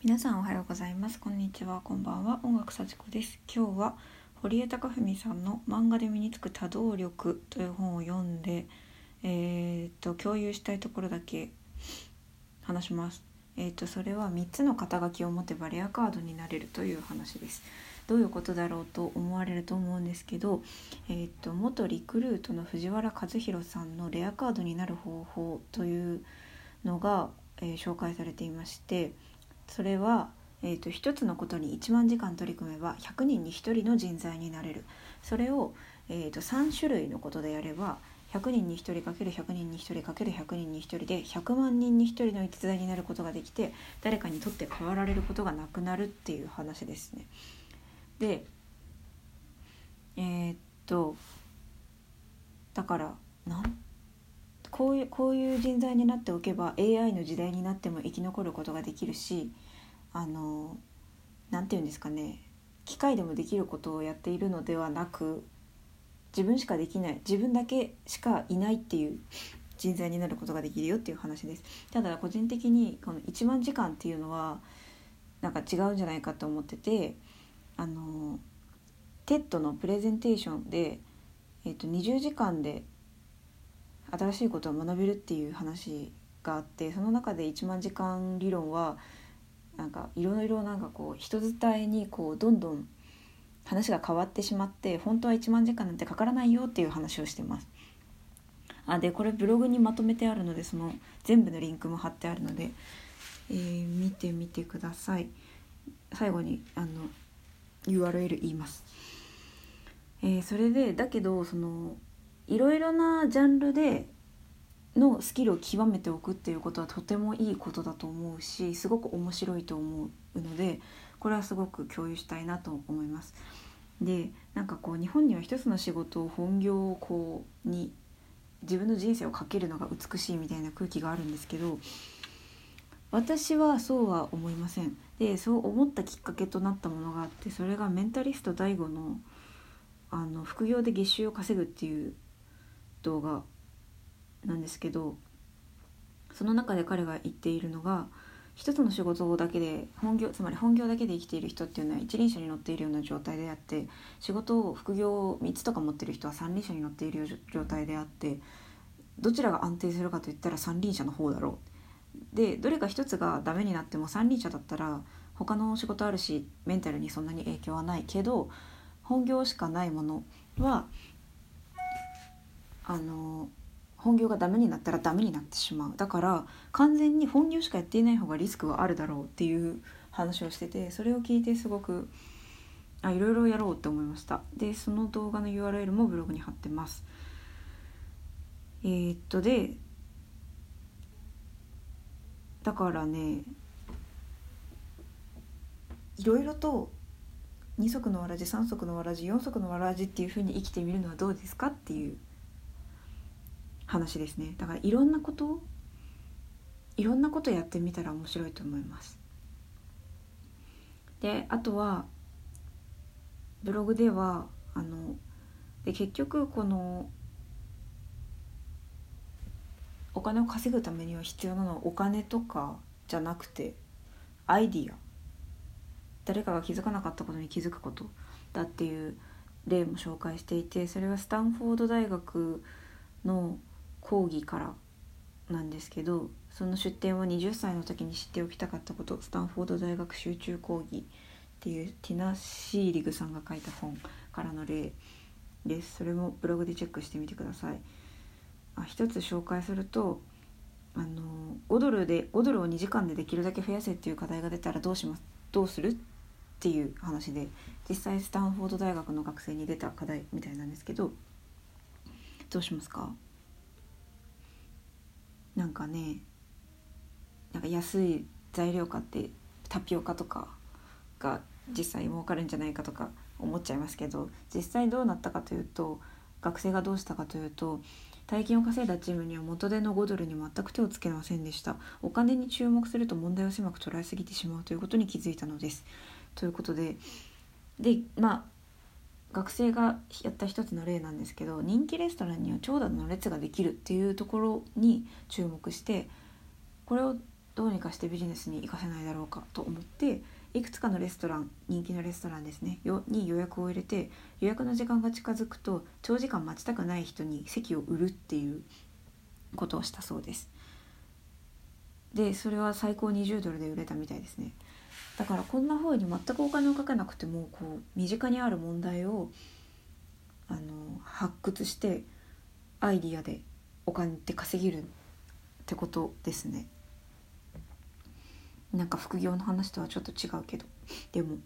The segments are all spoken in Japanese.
皆さんおはようございます。こんにちは、こんばんは。音楽幸子です。今日は堀江貴文さんの漫画で身につく多動力という本を読んで、共有したいところだけ話します。それは3つの肩書きを持てばレアカードになれるという話です。どういうことだろうと思われると思うんですけど、元リクルートの藤原和弘さんのレアカードになる方法というのが、紹介されていまして、それは、一つのことに1万時間取り組めば100人に1人の人材になれる。それを、3種類のことでやれば100人に1人 ×100 人に1人 ×100 人に1人で100万人に1人の逸材になることができて、誰かにとって変わられることがなくなるっていう話ですね。で、だからこういう人材になっておけば AI の時代になっても生き残ることができるし、なんていうんですかね、機械でもできることをやっているのではなく、自分しかできない、自分だけしかいないっていう人材になることができるよっていう話です。ただ個人的にこの1万時間っていうのはなんか違うんじゃないかと思ってて、TED のプレゼンテーションで、20時間で新しいことを学べるっていう話があって、その中で1万時間理論はなんかいろいろ人伝えにどんどん話が変わってしまって、本当は1万時間なんてかからないよっていう話をしてます。でこれブログにまとめてあるので、その全部のリンクも貼ってあるので、見てみてください。最後にURL 言います。それでだけどいろいろなジャンルでのスキルを極めておくっていうことはとてもいいことだと思うし、すごく面白いと思うので、これはすごく共有したいなと思います。で、日本には一つの仕事を本業に自分の人生をかけるのが美しいみたいな空気があるんですけど、私はそうは思いません。で、そう思ったきっかけとなったものがあって、それがメンタリスト DAIGO の副業で月収を稼ぐっていう動画なんですけど、その中で彼が言っているのが、一つの仕事だけでつまり本業だけで生きている人っていうのは一輪車に乗っているような状態であって、仕事を副業を3つとか持っている人は三輪車に乗っている状態であって、どちらが安定するかといったら三輪車の方だろう。で、どれか一つがダメになっても三輪車だったら他の仕事あるしメンタルにそんなに影響はないけど、本業しかないものは本業がダメになったらダメになってしまう。だから完全に本業しかやっていない方がリスクはあるだろうっていう話をしてて、それを聞いてすごくいろいろやろうって思いました。で、その動画の URL もブログに貼ってます。でだからね、いろいろと二足のわらじ、三足のわらじ、四足のわらじっていう風に生きてみるのはどうですかっていう話ですね。だからいろんなことやってみたら面白いと思います。で、あとはブログでは結局このお金を稼ぐためには必要なのはお金とかじゃなくてアイディア、誰かが気づかなかったことに気づくことだっていう例も紹介していて、それはスタンフォード大学の講義からなんですけど、その出典は20歳の時に知っておきたかったこと、スタンフォード大学集中講義っていうティナ・シーリグさんが書いた本からの例です。それもブログでチェックしてみてください。一つ紹介すると、5ドルを2時間でできるだけ増やせっていう課題が出たらどうするっていう話で、実際スタンフォード大学の学生に出た課題みたいなんですけど、どうしますか？安い材料買ってタピオカとかが実際儲かるんじゃないかとか思っちゃいますけど、実際どうなったかというと、学生がどうしたかというと、大金を稼いだチームには元手の5ドルに全く手をつけませんでした。お金に注目すると問題を狭く捉えすぎてしまうということに気づいたのです。ということで、学生がやった一つの例なんですけど、人気レストランには長蛇の列ができるっていうところに注目して、これをどうにかしてビジネスに活かせないだろうかと思って、いくつかのレストラン、人気のレストランですねに予約を入れて、予約の時間が近づくと長時間待ちたくない人に席を売るっていうことをしたそうです。でそれは最高$20で売れたみたいですね。だからこんな風に全くお金をかけなくてもこう身近にある問題を発掘してアイディアでお金って稼げるってことですね。なんか副業の話とはちょっと違うけど、でも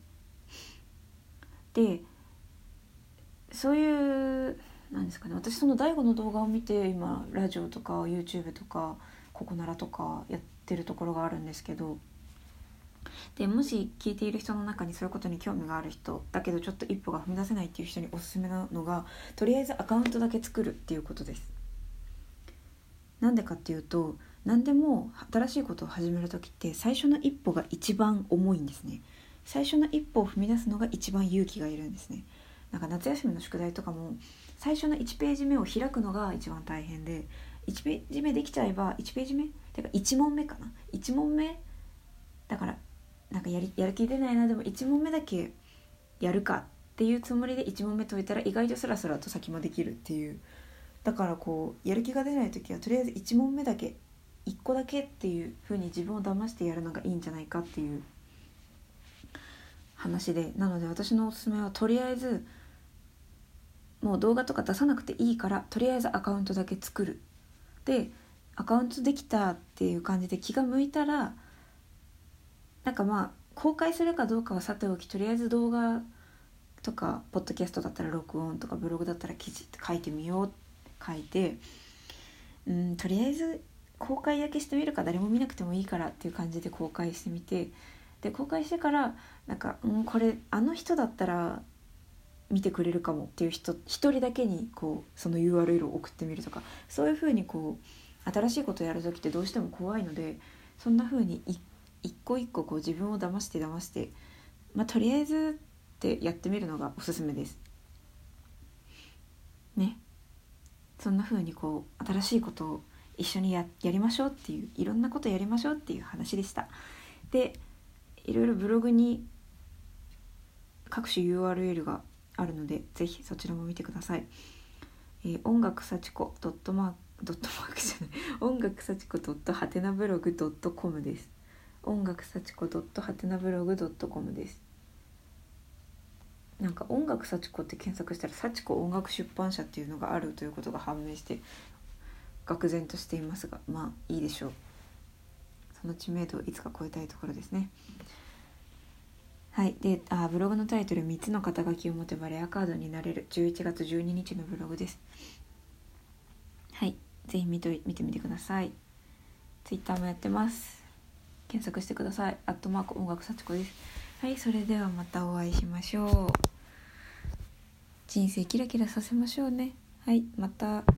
でそういうなんですかね、私その大悟の動画を見て今ラジオとか YouTube とかココナラとかやってるところがあるんですけど、でもし聞いている人の中にそういうことに興味がある人だけどちょっと一歩が踏み出せないっていう人におすすめなのが、とりあえずアカウントだけ作るっていうことです。なんでかっていうと、何でも新しいことを始めるときって最初の一歩が一番重いんですね。最初の一歩を踏み出すのが一番勇気がいるんですね。なんか夏休みの宿題とかも最初の1ページ目を開くのが一番大変で、1ページ目できちゃえば1ページ目てか1問目かな、1問目だからなんかやる気出ないな、でも1問目だけやるかっていうつもりで1問目解いたら意外とスラスラと先もできるっていう。だからこうやる気が出ない時はとりあえず1問目だけ1個だけっていう風に自分を騙してやるのがいいんじゃないかっていう話で、なので私のおすすめはとりあえずもう動画とか出さなくていいからとりあえずアカウントだけ作る。でアカウントできたっていう感じで気が向いたら、なんかまあ公開するかどうかはさておき、とりあえず動画とかポッドキャストだったら録音とかブログだったら記事って書いてみようって書いて、とりあえず公開だけしてみるか、誰も見なくてもいいからっていう感じで公開してみて、で公開してからなんか、これあの人だったら見てくれるかもっていう人一人だけにこうその URL を送ってみるとか、そういう風にこう新しいことをやるときってどうしても怖いので、そんな風に一個一個こう自分を騙して、とりあえずってやってみるのがおすすめですね。そんな風にこう新しいことを一緒にやりましょうっていう、いろんなことやりましょうっていう話でした。でいろいろブログに各種 URL があるのでぜひそちらも見てください。音楽幸子ドットマークじゃない音楽幸子ドットハテナブログドットコムです。音楽幸子ドットハテナブログドットコムです。なんか音楽幸子って検索したら幸子音楽出版社っていうのがあるということが判明して愕然としていますが、まあいいでしょう。その知名度をいつか超えたいところですね。はい。でブログのタイトル3つの肩書きを持てばレアカードになれる、11月12日のブログです。はい、ぜひ見てみてください。ツイッターもやってます。検索してください。@音楽幸子です。はい、それではまたお会いしましょう。人生キラキラさせましょうね。はい、また。